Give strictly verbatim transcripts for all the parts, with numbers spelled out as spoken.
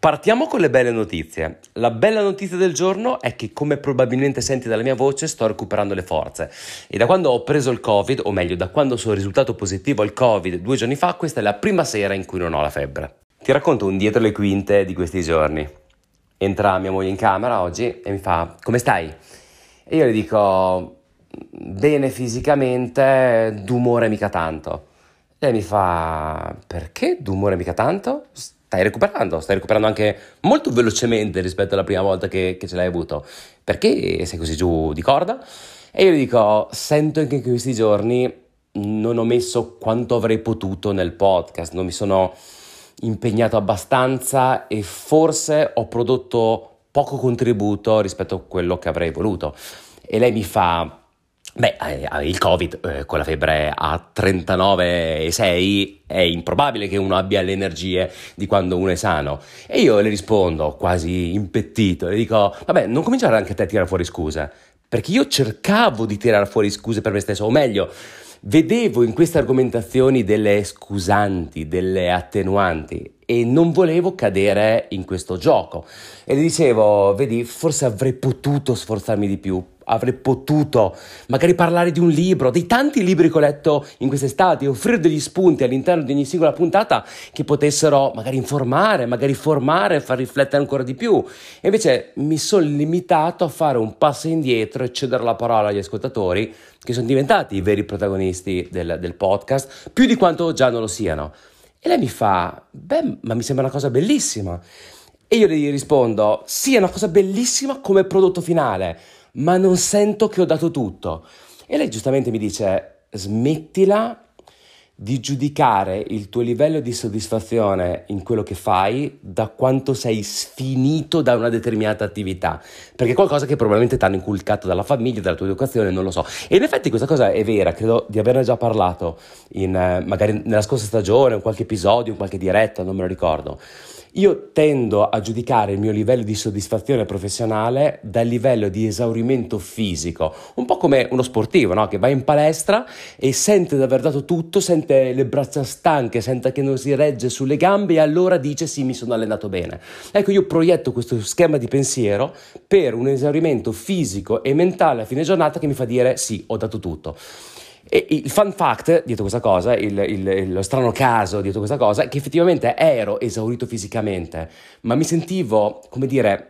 Partiamo con le belle notizie. La bella notizia del giorno è che, come probabilmente senti dalla mia voce, sto recuperando le forze. E da quando ho preso il Covid, o meglio, da quando sono risultato positivo al Covid due giorni fa, questa è la prima sera in cui non ho la febbre. Ti racconto un dietro le quinte di questi giorni. Entra mia moglie in camera oggi e mi fa: come stai? E io le dico: bene fisicamente, d'umore mica tanto. Lei mi fa: perché d'umore mica tanto? Stai recuperando, stai recuperando anche molto velocemente rispetto alla prima volta che, che ce l'hai avuto. Perché sei così giù di corda? E io gli dico: sento che in questi giorni non ho messo quanto avrei potuto nel podcast, non mi sono impegnato abbastanza e forse ho prodotto poco contributo rispetto a quello che avrei voluto. E lei mi fa: beh, eh, il Covid eh, con la febbre a trentanove virgola sei è improbabile che uno abbia le energie di quando uno è sano. E io le rispondo quasi impettito, le dico: vabbè, non cominciare anche te a tirare fuori scuse, perché io cercavo di tirare fuori scuse per me stesso, o meglio, vedevo in queste argomentazioni delle scusanti, delle attenuanti e non volevo cadere in questo gioco. E le dicevo: vedi, forse avrei potuto sforzarmi di più, avrei potuto magari parlare di un libro, dei tanti libri che ho letto in quest'estate, offrire degli spunti all'interno di ogni singola puntata che potessero magari informare, magari formare, far riflettere ancora di più. E invece mi sono limitato a fare un passo indietro e cedere la parola agli ascoltatori, che sono diventati i veri protagonisti del, del podcast, più di quanto già non lo siano. E lei mi fa: beh, ma mi sembra una cosa bellissima. E io le rispondo: sì, è una cosa bellissima come prodotto finale, ma non sento che ho dato tutto. E lei giustamente mi dice: smettila di giudicare il tuo livello di soddisfazione in quello che fai da quanto sei sfinito da una determinata attività, perché è qualcosa che probabilmente ti hanno inculcato dalla famiglia, dalla tua educazione, non lo so. E in effetti questa cosa è vera, credo di averne già parlato in, eh, magari nella scorsa stagione, in qualche episodio, in qualche diretta, non me lo ricordo. Io tendo a giudicare il mio livello di soddisfazione professionale dal livello di esaurimento fisico, un po' come uno sportivo, no? Che va in palestra e sente di aver dato tutto, sente le braccia stanche, sente che non si regge sulle gambe e allora dice: sì, mi sono allenato bene. Ecco, io proietto questo schema di pensiero per un esaurimento fisico e mentale a fine giornata che mi fa dire: sì, ho dato tutto. E il fun fact dietro questa cosa, il, il, lo strano caso dietro questa cosa, è che effettivamente ero esaurito fisicamente, ma mi sentivo, come dire,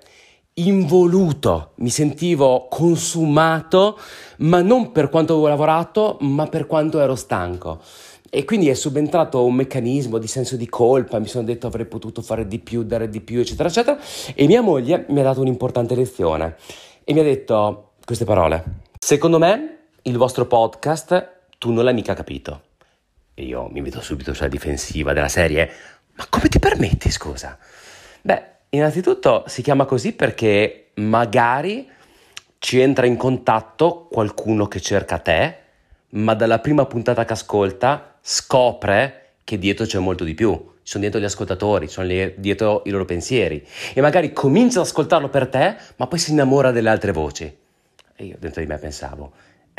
involuto, mi sentivo consumato, ma non per quanto avevo lavorato, ma per quanto ero stanco. E quindi è subentrato un meccanismo di senso di colpa, mi sono detto: avrei potuto fare di più, dare di più, eccetera, eccetera. E mia moglie mi ha dato un'importante lezione e mi ha detto queste parole: secondo me il vostro podcast tu non l'hai mica capito. E io mi metto subito sulla difensiva della serie: ma come ti permetti, scusa? Beh, innanzitutto si chiama così perché magari ci entra in contatto qualcuno che cerca te, ma dalla prima puntata che ascolta scopre che dietro c'è molto di più. Ci sono dietro gli ascoltatori, ci sono dietro i loro pensieri, e magari comincia ad ascoltarlo per te, ma poi si innamora delle altre voci. E io dentro di me pensavo: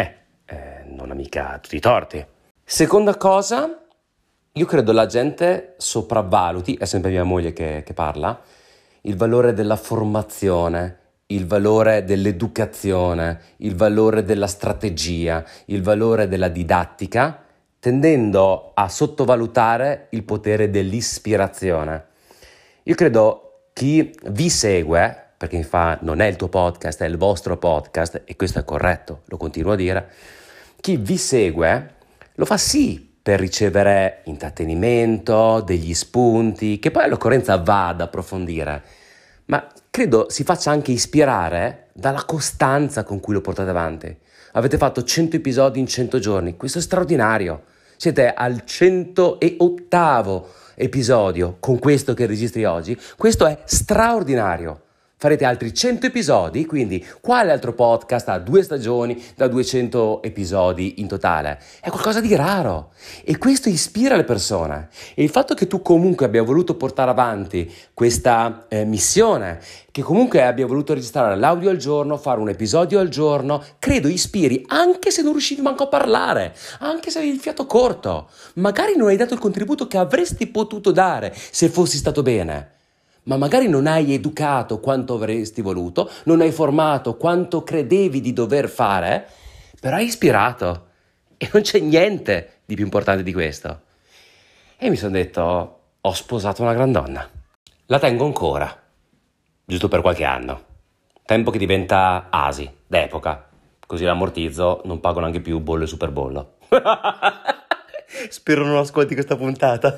Eh, non ha mica tutti i torti. Seconda cosa, io credo la gente sopravvaluti, è sempre mia moglie che, che parla, il valore della formazione, il valore dell'educazione, il valore della strategia, il valore della didattica, tendendo a sottovalutare il potere dell'ispirazione. Io credo chi vi segue, perché mi fa: non è il tuo podcast, è il vostro podcast, e questo è corretto, lo continuo a dire, chi vi segue lo fa sì per ricevere intrattenimento, degli spunti, che poi all'occorrenza va ad approfondire, ma credo si faccia anche ispirare dalla costanza con cui lo portate avanti. Avete fatto cento episodi in cento giorni, questo è straordinario, siete al centottavo episodio con questo che registri oggi, questo è straordinario. Farete altri cento episodi, quindi quale altro podcast ha due stagioni da duecento episodi in totale? È qualcosa di raro e questo ispira le persone. E il fatto che tu comunque abbia voluto portare avanti questa eh, missione, che comunque abbia voluto registrare l'audio al giorno, fare un episodio al giorno, credo ispiri, anche se non riuscivi manco a parlare, anche se avevi il fiato corto. Magari non hai dato il contributo che avresti potuto dare se fossi stato bene. ma magari non hai educato quanto avresti voluto, non hai formato quanto credevi di dover fare, però hai ispirato. E non c'è niente di più importante di questo. E mi sono detto, ho sposato una gran donna. La tengo ancora, giusto per qualche anno. Tempo che diventa asi, d'epoca. Così l'ammortizzo, non pago neanche più bollo e superbollo. Spero non ascolti questa puntata.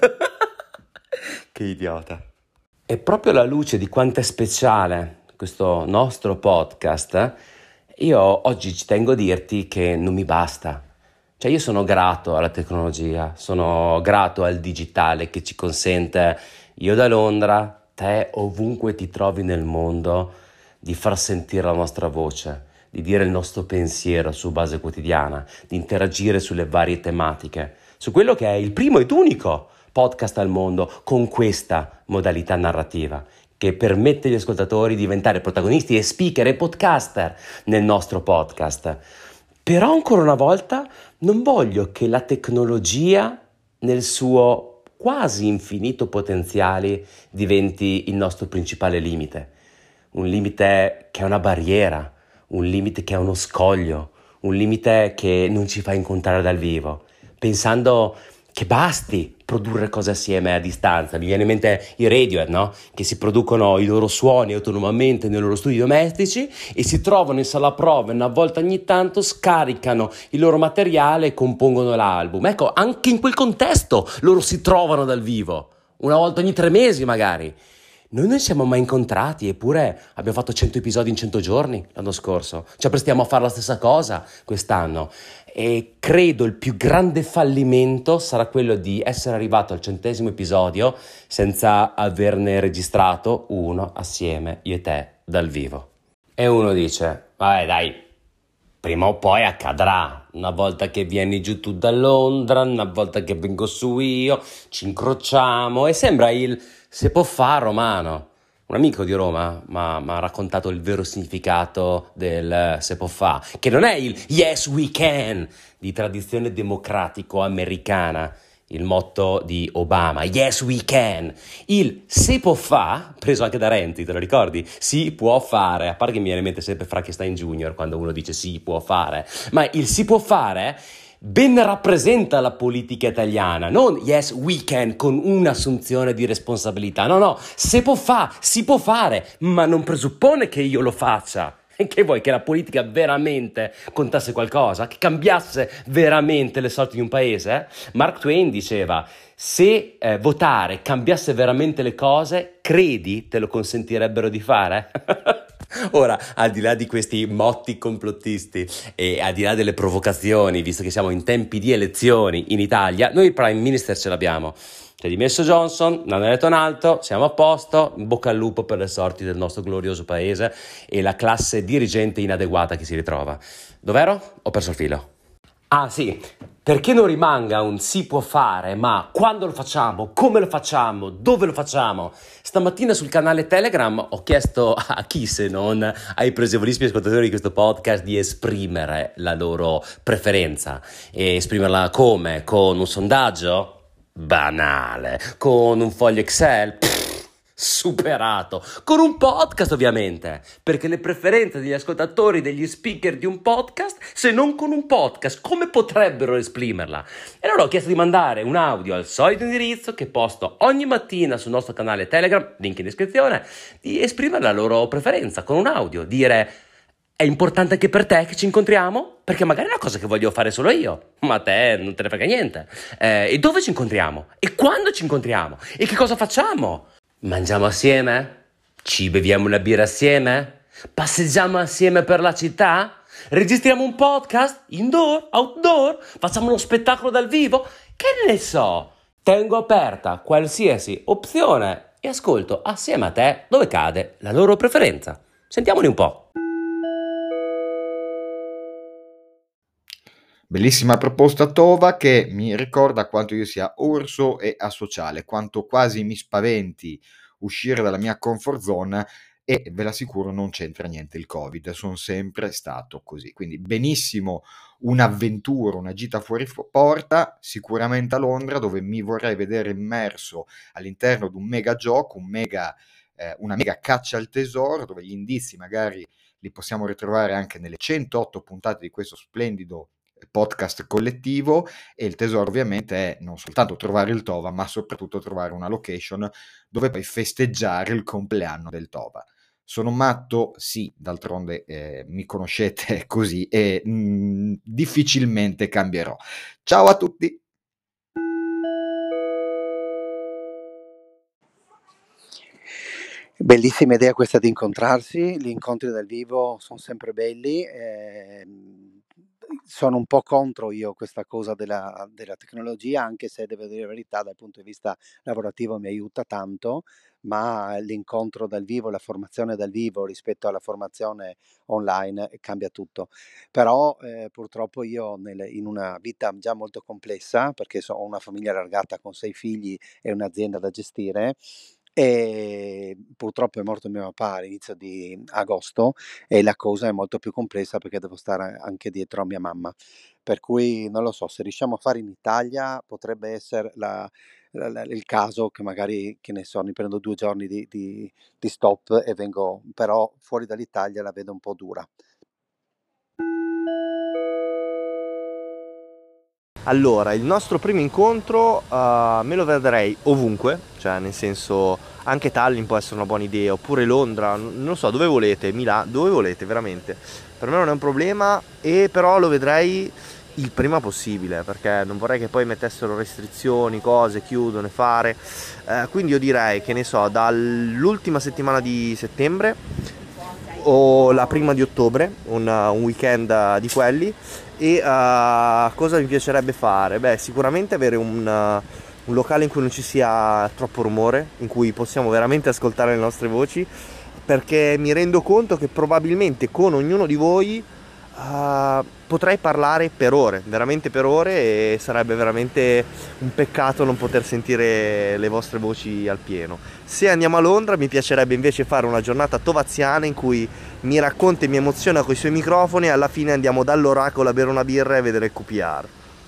Che idiota. E proprio alla luce di quanto è speciale questo nostro podcast, io oggi ci tengo a dirti che non mi basta. Cioè io sono grato alla tecnologia, sono grato al digitale che ci consente, io da Londra, te ovunque ti trovi nel mondo, di far sentire la nostra voce, di dire il nostro pensiero su base quotidiana, di interagire sulle varie tematiche, su quello che è il primo ed unico podcast al mondo con questa modalità narrativa che permette agli ascoltatori di diventare protagonisti e speaker e podcaster nel nostro podcast. Però ancora una volta non voglio che la tecnologia nel suo quasi infinito potenziale diventi il nostro principale limite. Un limite che è una barriera, un limite che è uno scoglio, un limite che non ci fa incontrare dal vivo, pensando che basti produrre cose assieme a distanza. Mi viene in mente i Radiohead, no? Che si producono i loro suoni autonomamente nei loro studi domestici e si trovano in sala prove una volta ogni tanto, scaricano il loro materiale e compongono l'album. Ecco, anche in quel contesto loro si trovano dal vivo, una volta ogni tre mesi magari. Noi non ci siamo mai incontrati, eppure abbiamo fatto cento episodi in cento giorni l'anno scorso. Ci apprestiamo a fare la stessa cosa quest'anno. E credo il più grande fallimento sarà quello di essere arrivato al centesimo episodio senza averne registrato uno assieme, io e te, dal vivo. E uno dice, vabbè dai, prima o poi accadrà. Una volta che vieni giù tu da Londra, una volta che vengo su io, ci incrociamo e sembra il se può fare romano. Un amico di Roma mi ha raccontato il vero significato del se può fa, che non è il yes we can di tradizione democratico-americana, il motto di Obama, yes we can. Il si può fa, preso anche da Renzi, te lo ricordi? Si può fare, a parte che mi viene in mente sempre Frankenstein Junior quando uno dice si può fare, ma il si può fare ben rappresenta la politica italiana, non yes we can con un'assunzione di responsabilità, no no, se può fa, si può fare, ma non presuppone che io lo faccia. E che vuoi, che la politica veramente contasse qualcosa? Che cambiasse veramente le sorti di un paese? Eh? Mark Twain diceva, se eh, votare cambiasse veramente le cose, credi te lo consentirebbero di fare? Ora, al di là di questi motti complottisti e al di là delle provocazioni, visto che siamo in tempi di elezioni in Italia, noi il Prime Minister ce l'abbiamo. Si è dimesso Johnson, non hanno eletto un altro, siamo a posto, in bocca al lupo per le sorti del nostro glorioso paese e la classe dirigente inadeguata che si ritrova. Dov'ero? Ho perso il filo. Ah sì, perché non rimanga un si può fare, ma quando lo facciamo, come lo facciamo, dove lo facciamo? Stamattina sul canale Telegram ho chiesto a chi se non ai presevolissimi ascoltatori di questo podcast di esprimere la loro preferenza. E esprimerla come? Con un sondaggio? Banale. Con un foglio Excel? Pff, superato. Con un podcast ovviamente, perché le preferenze degli ascoltatori, degli speaker di un podcast, se non con un podcast, come potrebbero esprimerla? E allora ho chiesto di mandare un audio al solito indirizzo che posto ogni mattina sul nostro canale Telegram, link in descrizione, di esprimere la loro preferenza con un audio, dire è importante anche per te che ci incontriamo? Perché magari è una cosa che voglio fare solo io, ma a te non te ne frega niente. Eh, e dove ci incontriamo? E quando ci incontriamo? E che cosa facciamo? Mangiamo assieme? Ci beviamo una birra assieme? Passeggiamo assieme per la città? Registriamo un podcast? Indoor? Outdoor? Facciamo uno spettacolo dal vivo? Che ne so? Tengo aperta qualsiasi opzione e ascolto assieme a te dove cade la loro preferenza. Sentiamoli un po'. Bellissima proposta Tova che mi ricorda quanto io sia orso e asociale, quanto quasi mi spaventi uscire dalla mia comfort zone e ve l'assicuro non c'entra niente il Covid, sono sempre stato così. Quindi benissimo un'avventura, una gita fuori porta, sicuramente a Londra dove mi vorrei vedere immerso all'interno di un mega gioco, un mega eh, una mega caccia al tesoro, dove gli indizi magari li possiamo ritrovare anche nelle centootto puntate di questo splendido podcast collettivo, e il tesoro ovviamente è non soltanto trovare il Tova, ma soprattutto trovare una location dove poi festeggiare il compleanno del Tova. Sono matto? Sì, d'altronde eh, mi conoscete così e mh, difficilmente cambierò. Ciao a tutti! Bellissima idea questa di incontrarsi, gli incontri dal vivo sono sempre belli, ehm, sono un po' contro io questa cosa della, della tecnologia, anche se devo dire la verità dal punto di vista lavorativo mi aiuta tanto, ma l'incontro dal vivo, la formazione dal vivo rispetto alla formazione online cambia tutto. Però eh, purtroppo io nel- in una vita già molto complessa, perché so- ho una famiglia allargata con sei figli e un'azienda da gestire, e purtroppo è morto mio papà all'inizio di agosto e la cosa è molto più complessa perché devo stare anche dietro a mia mamma. Per cui non lo so, se riusciamo a fare in Italia potrebbe essere la- la- la- il caso che magari, che ne so, mi prendo due giorni di, di- di stop e vengo, però fuori dall'Italia la vedo un po' dura. Allora, il nostro primo incontro uh, me lo vedrei ovunque, cioè nel senso anche Tallinn può essere una buona idea, oppure Londra, n- non lo so, dove volete, Milano, dove volete veramente. Per me non è un problema, e però lo vedrei il prima possibile, perché non vorrei che poi mettessero restrizioni, cose, chiudono e fare. Eh, quindi io direi che ne so, dall'ultima settimana di settembre o la prima di ottobre, un, un weekend uh, di quelli. E uh, cosa mi piacerebbe fare? Beh, sicuramente avere un, uh, un locale in cui non ci sia troppo rumore, in cui possiamo veramente ascoltare le nostre voci, perché mi rendo conto che probabilmente con ognuno di voi uh, potrei parlare per ore, veramente per ore, e sarebbe veramente un peccato non poter sentire le vostre voci al pieno. Se andiamo a Londra mi piacerebbe invece fare una giornata tovaziana in cui mi racconta e mi emoziona con i suoi microfoni, e alla fine andiamo dall'oracolo a bere una birra e vedere il Q P R.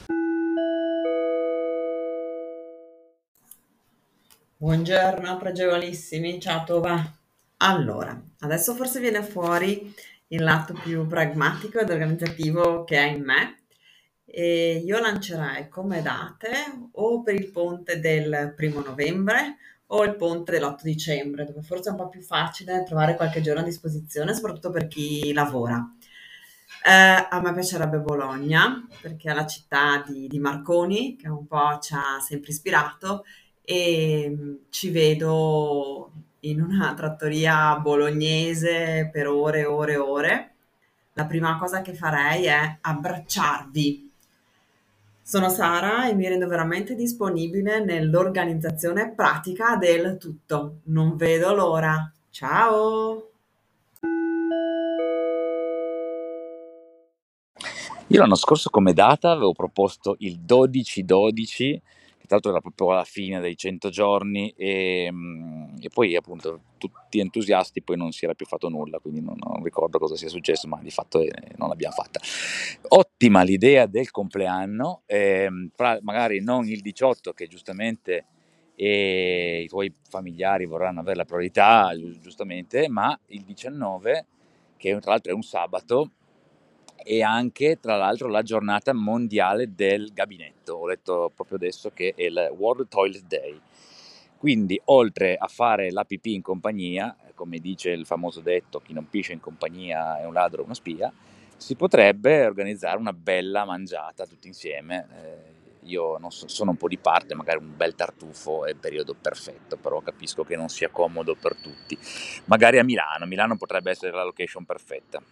Buongiorno, pregevolissimi, ciao Tova. Allora, adesso forse viene fuori il lato più pragmatico ed organizzativo che è in me, e io lancerei come date o per il ponte del primo novembre o il ponte dell'otto dicembre, dove forse è un po' più facile trovare qualche giorno a disposizione, soprattutto per chi lavora. Eh, a me piacerebbe Bologna, perché è la città di, di Marconi, che un po' ci ha sempre ispirato, e mm, ci vedo in una trattoria bolognese per ore e ore e ore. La prima cosa che farei è abbracciarvi. Sono Sara e mi rendo veramente disponibile nell'organizzazione pratica del tutto. Non vedo l'ora. Ciao! Io l'anno scorso come data avevo proposto il dodici dodici, che tra l'altro era proprio alla fine dei cento giorni, e, mm, e poi appunto tutti entusiasti, poi non si era più fatto nulla, quindi non, non ricordo cosa sia successo, ma di fatto eh, non l'abbiamo fatta. Ottima l'idea del compleanno, ehm, fra- magari non il diciotto, che giustamente eh, i tuoi familiari vorranno avere la priorità, giu- giustamente, ma il diciannove, che tra l'altro è un sabato, e anche tra l'altro la giornata mondiale del gabinetto. Ho letto proprio adesso che è il World Toilet Day. Quindi oltre a fare la pipì in compagnia, come dice il famoso detto, chi non piscia in compagnia è un ladro o uno spia, si potrebbe organizzare una bella mangiata tutti insieme. Eh, io non so, sono un po' di parte, magari un bel tartufo è il periodo perfetto, però capisco che non sia comodo per tutti. Magari a Milano, Milano potrebbe essere la location perfetta.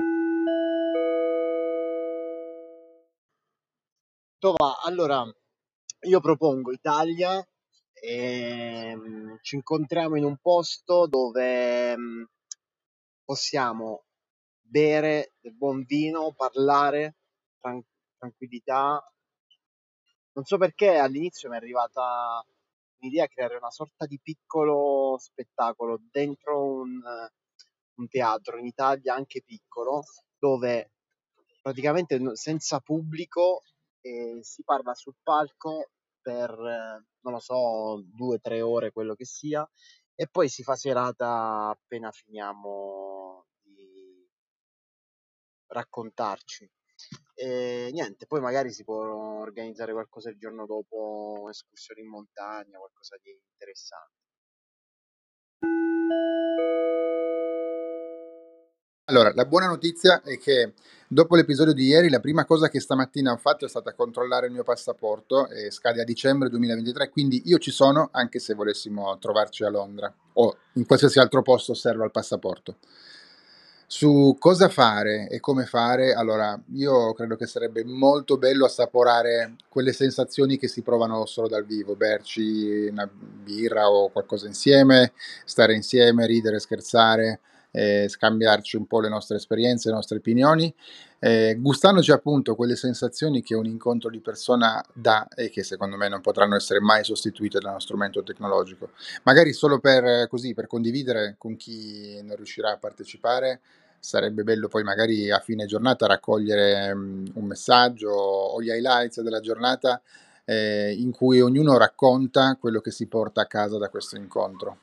Tova, allora io propongo Italia e mm, ci incontriamo in un posto dove mm, possiamo bere del buon vino, parlare, tran- tranquillità. Non so perché all'inizio mi è arrivata un'idea di creare una sorta di piccolo spettacolo dentro un, un teatro in Italia, anche piccolo, dove praticamente no- senza pubblico eh, si parla sul palco per, eh, non lo so, due o tre ore, quello che sia, e poi si fa serata appena finiamo di raccontarci. E niente, poi magari si può organizzare qualcosa il giorno dopo, un'escursione in montagna, qualcosa di interessante. Allora, la buona notizia è che dopo l'episodio di ieri, la prima cosa che stamattina ho fatto è stata controllare il mio passaporto e scade a dicembre duemilaventitré, quindi io ci sono anche se volessimo trovarci a Londra o in qualsiasi altro posto serva il passaporto. Su cosa fare e come fare, allora io credo che sarebbe molto bello assaporare quelle sensazioni che si provano solo dal vivo, berci una birra o qualcosa insieme, stare insieme, ridere, scherzare, eh, scambiarci un po' le nostre esperienze, le nostre opinioni, eh, gustandoci appunto quelle sensazioni che un incontro di persona dà e che secondo me non potranno essere mai sostituite da uno strumento tecnologico. Magari solo per, eh, così, per condividere con chi non riuscirà a partecipare. Sarebbe bello poi magari a fine giornata raccogliere mm, un messaggio o gli highlights della giornata eh, in cui ognuno racconta quello che si porta a casa da questo incontro.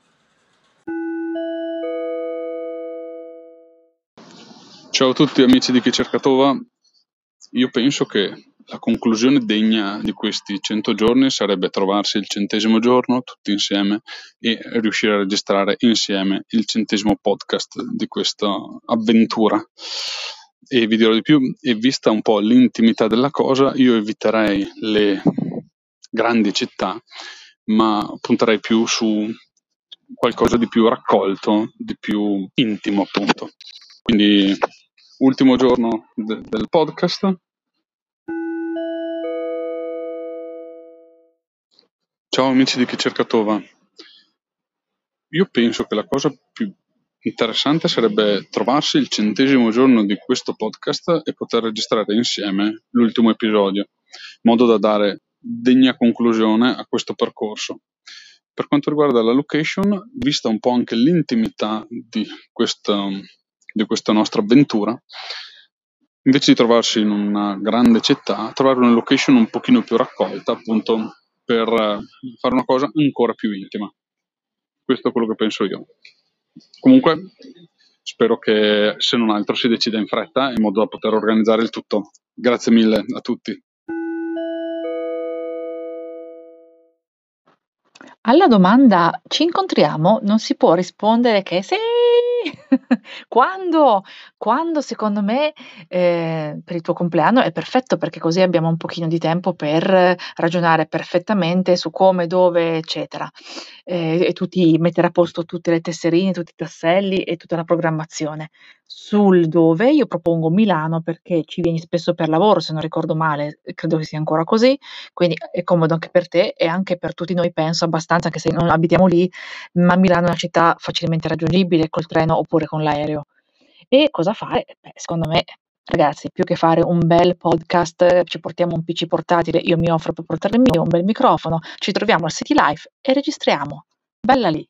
Ciao a tutti amici di Chi cerca Tova, io penso che la conclusione degna di questi cento giorni sarebbe trovarsi il centesimo giorno tutti insieme e riuscire a registrare insieme il centesimo podcast di questa avventura. E vi dirò di più, e vista un po' l'intimità della cosa, io eviterei le grandi città, ma punterei più su qualcosa di più raccolto, di più intimo appunto. Quindi ultimo giorno de- del podcast. Ciao amici di Chi cerca Tova. Io penso che la cosa più interessante sarebbe trovarsi il centesimo giorno di questo podcast e poter registrare insieme l'ultimo episodio, in modo da dare degna conclusione a questo percorso. Per quanto riguarda la location, vista un po' anche l'intimità di questa, di questa nostra avventura, invece di trovarsi in una grande città, trovare una location un pochino più raccolta, appunto, per eh, fare una cosa ancora più intima. Questo è quello che penso io. Comunque, spero che se non altro si decida in fretta in modo da poter organizzare il tutto. Grazie mille a tutti. Alla domanda "ci incontriamo?" non si può rispondere che sì! Quando? Quando secondo me, ehm, per il tuo compleanno è perfetto, perché così abbiamo un pochino di tempo per ragionare perfettamente su come, dove, eccetera. Ehm, e tu ti mettere a posto tutte le tesserine, tutti i tasselli e tutta la programmazione. Sul dove io propongo Milano perché ci vieni spesso per lavoro, se non ricordo male, credo che sia ancora così, quindi è comodo anche per te e anche per tutti noi penso abbastanza, anche se non abitiamo lì, ma Milano è una città facilmente raggiungibile col treno oppure con l'aereo. E cosa fare? Beh, secondo me, ragazzi, più che fare un bel podcast, ci portiamo un P C portatile, io mi offro per portare il mio, un bel microfono, ci troviamo al City Life e registriamo. Bella lì.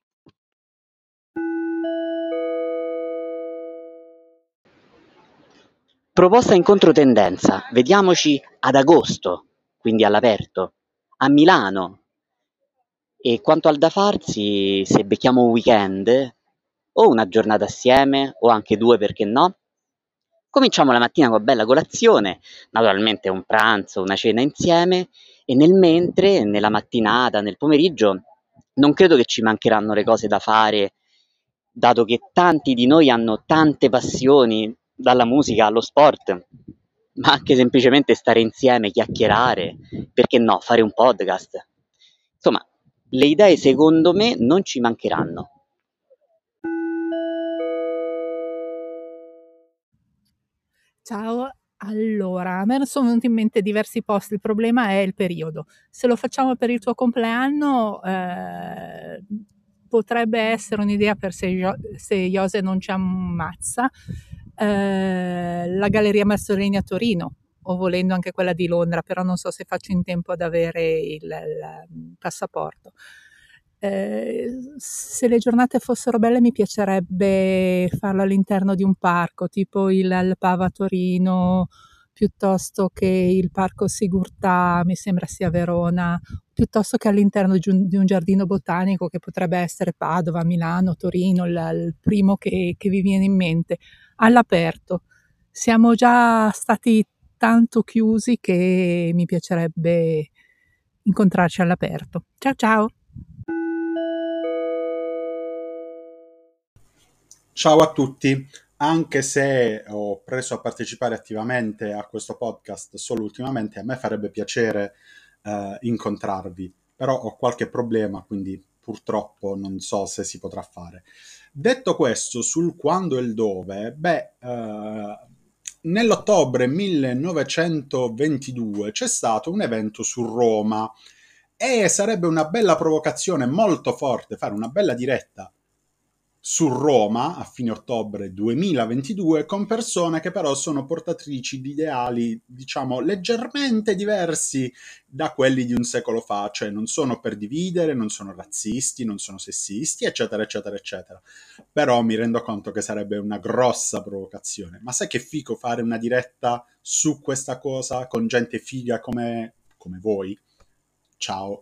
Proposta in controtendenza, vediamoci ad agosto, quindi all'aperto, a Milano. E quanto al da farsi, se becchiamo un weekend, o una giornata assieme, o anche due perché no, cominciamo la mattina con bella colazione, naturalmente un pranzo, una cena insieme, e nel mentre, nella mattinata, nel pomeriggio, non credo che ci mancheranno le cose da fare, dato che tanti di noi hanno tante passioni, dalla musica allo sport, ma anche semplicemente stare insieme, chiacchierare, perché no, fare un podcast. Insomma, le idee secondo me non ci mancheranno. Ciao, allora, a me sono venuti in mente diversi posti, il problema è il periodo. Se lo facciamo per il tuo compleanno, eh, potrebbe essere un'idea per se, se Iose non ci ammazza, eh, la Galleria Masolini a Torino, o volendo anche quella di Londra, però non so se faccio in tempo ad avere il, il passaporto. Eh, se le giornate fossero belle mi piacerebbe farlo all'interno di un parco, tipo il, il Pava a Torino, piuttosto che il Parco Sigurtà, mi sembra sia Verona, piuttosto che all'interno di un, di un giardino botanico che potrebbe essere Padova, Milano, Torino, il, il primo che, che vi viene in mente, all'aperto. Siamo già stati tanto chiusi che mi piacerebbe incontrarci all'aperto. Ciao ciao! Ciao a tutti, anche se ho preso a partecipare attivamente a questo podcast solo ultimamente, a me farebbe piacere eh, incontrarvi, però ho qualche problema, quindi purtroppo non so se si potrà fare. Detto questo, sul quando e il dove, beh, eh, nell'ottobre millenovecentoventidue c'è stato un evento su Roma e sarebbe una bella provocazione molto forte fare una bella diretta su Roma a fine ottobre duemilaventidue con persone che però sono portatrici di ideali, diciamo, leggermente diversi da quelli di un secolo fa, cioè non sono per dividere, non sono razzisti, non sono sessisti, eccetera, eccetera, eccetera. Però mi rendo conto che sarebbe una grossa provocazione. Ma sai che figo fare una diretta su questa cosa con gente figa come, come voi? Ciao.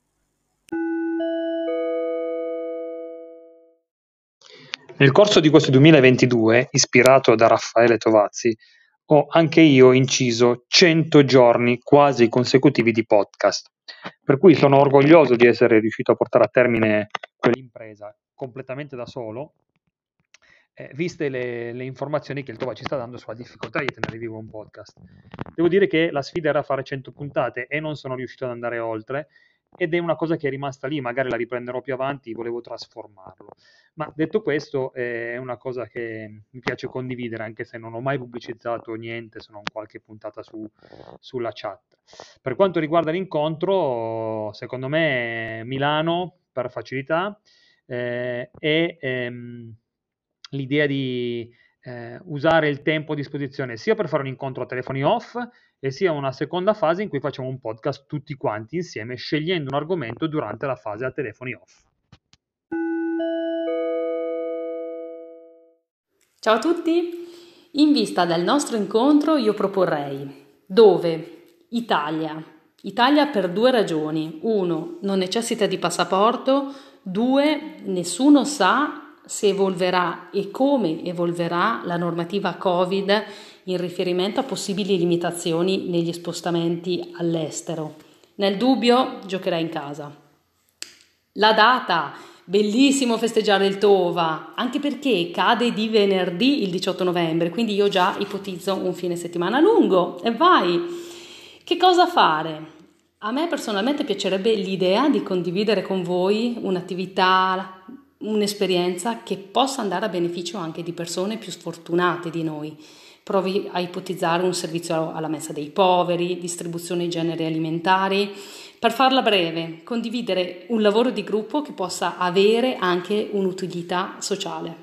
Nel corso di questo duemilaventidue, ispirato da Raffaele Tovazzi, ho anche io inciso cento giorni quasi consecutivi di podcast, per cui sono orgoglioso di essere riuscito a portare a termine quell'impresa completamente da solo, eh, viste le, le informazioni che il Tova ci sta dando sulla difficoltà di tenere vivo un podcast. Devo dire che la sfida era fare cento puntate e non sono riuscito ad andare oltre, ed è una cosa che è rimasta lì, magari la riprenderò più avanti, volevo trasformarlo. Ma detto questo, eh, è una cosa che mi piace condividere, anche se non ho mai pubblicizzato niente, se non qualche puntata su, sulla chat. Per quanto riguarda l'incontro, secondo me Milano, per facilità, eh, e ehm, l'idea di eh, usare il tempo a disposizione sia per fare un incontro a telefoni off, e sia una seconda fase in cui facciamo un podcast tutti quanti insieme, scegliendo un argomento durante la fase a telefoni off. Ciao a tutti! In vista del nostro incontro io proporrei dove? Italia. Italia per due ragioni. Uno, non necessita di passaporto. Due, nessuno sa se evolverà e come evolverà la normativa Covid in riferimento a possibili limitazioni negli spostamenti all'estero. Nel dubbio giocherai in casa. La data, bellissimo festeggiare il Tova, anche perché cade di venerdì il diciotto novembre, quindi io già ipotizzo un fine settimana lungo e vai! Che cosa fare? A me personalmente piacerebbe l'idea di condividere con voi un'attività, un'esperienza che possa andare a beneficio anche di persone più sfortunate di noi. Provi a ipotizzare un servizio alla mensa dei poveri, distribuzione di generi alimentari. Per farla breve, condividere un lavoro di gruppo che possa avere anche un'utilità sociale.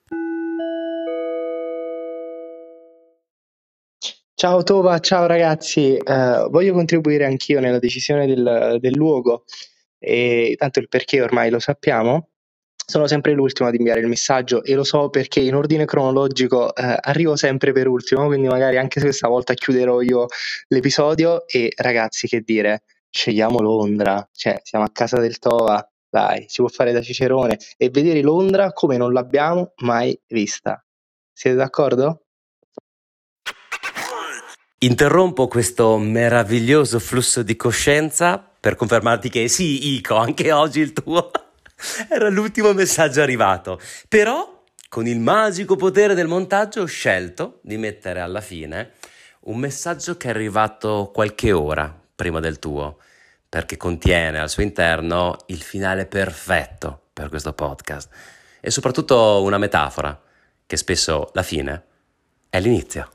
Ciao Tova, ciao ragazzi, eh, voglio contribuire anch'io nella decisione del, del luogo, e tanto il perché ormai lo sappiamo. Sono sempre l'ultimo ad inviare il messaggio e lo so perché in ordine cronologico eh, arrivo sempre per ultimo, quindi magari anche se questa volta chiuderò io l'episodio. E ragazzi, che dire, scegliamo Londra, cioè siamo a casa del Tova, dai, si può fare da Cicerone e vedere Londra come non l'abbiamo mai vista. Siete d'accordo? Interrompo questo meraviglioso flusso di coscienza per confermarti che sì, Ico, anche oggi il tuo era l'ultimo messaggio arrivato. Però, con il magico potere del montaggio, ho scelto di mettere alla fine un messaggio che è arrivato qualche ora prima del tuo, perché contiene al suo interno il finale perfetto per questo podcast e soprattutto una metafora, che spesso la fine è l'inizio.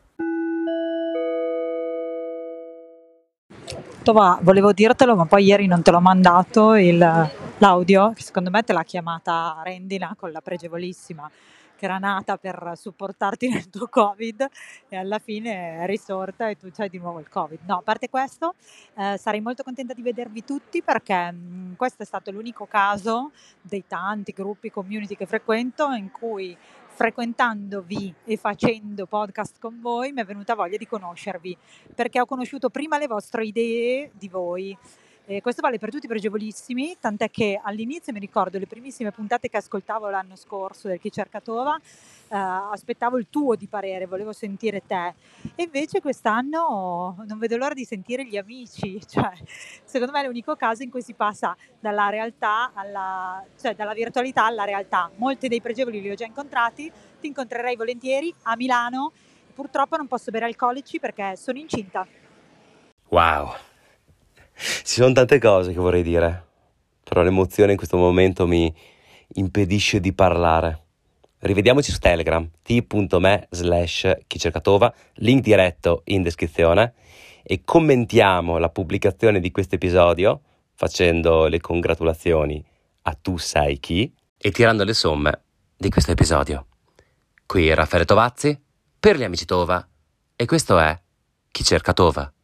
Tova, volevo dirtelo, ma poi ieri non te l'ho mandato il, l'audio, che secondo me te l'ha chiamata Rendina con la Pregevolissima, che era nata per supportarti nel tuo Covid e alla fine è risorta e tu c'hai di nuovo il Covid. No, a parte questo, eh, sarei molto contenta di vedervi tutti perché mh, questo è stato l'unico caso dei tanti gruppi, community che frequento in cui frequentandovi e facendo podcast con voi mi è venuta voglia di conoscervi, perché ho conosciuto prima le vostre idee di voi. E questo vale per tutti i Pregevolissimi, tant'è che all'inizio mi ricordo le primissime puntate che ascoltavo l'anno scorso del Chi cerca Tova, eh, aspettavo il tuo di parere, volevo sentire te, e invece quest'anno non vedo l'ora di sentire gli amici, cioè secondo me è l'unico caso in cui si passa dalla realtà alla, cioè dalla virtualità alla realtà. Molti dei pregevoli li ho già incontrati, ti incontrerei volentieri a Milano, purtroppo non posso bere alcolici perché sono incinta. Wow, ci sono tante cose che vorrei dire, però l'emozione in questo momento mi impedisce di parlare. Rivediamoci su Telegram, t.me slash chicercatova, link diretto in descrizione, e commentiamo la pubblicazione di questo episodio facendo le congratulazioni a tu sai chi e tirando le somme di questo episodio. Qui è Raffaele Tovazzi per gli amici Tova e questo è Chi cerca Tova.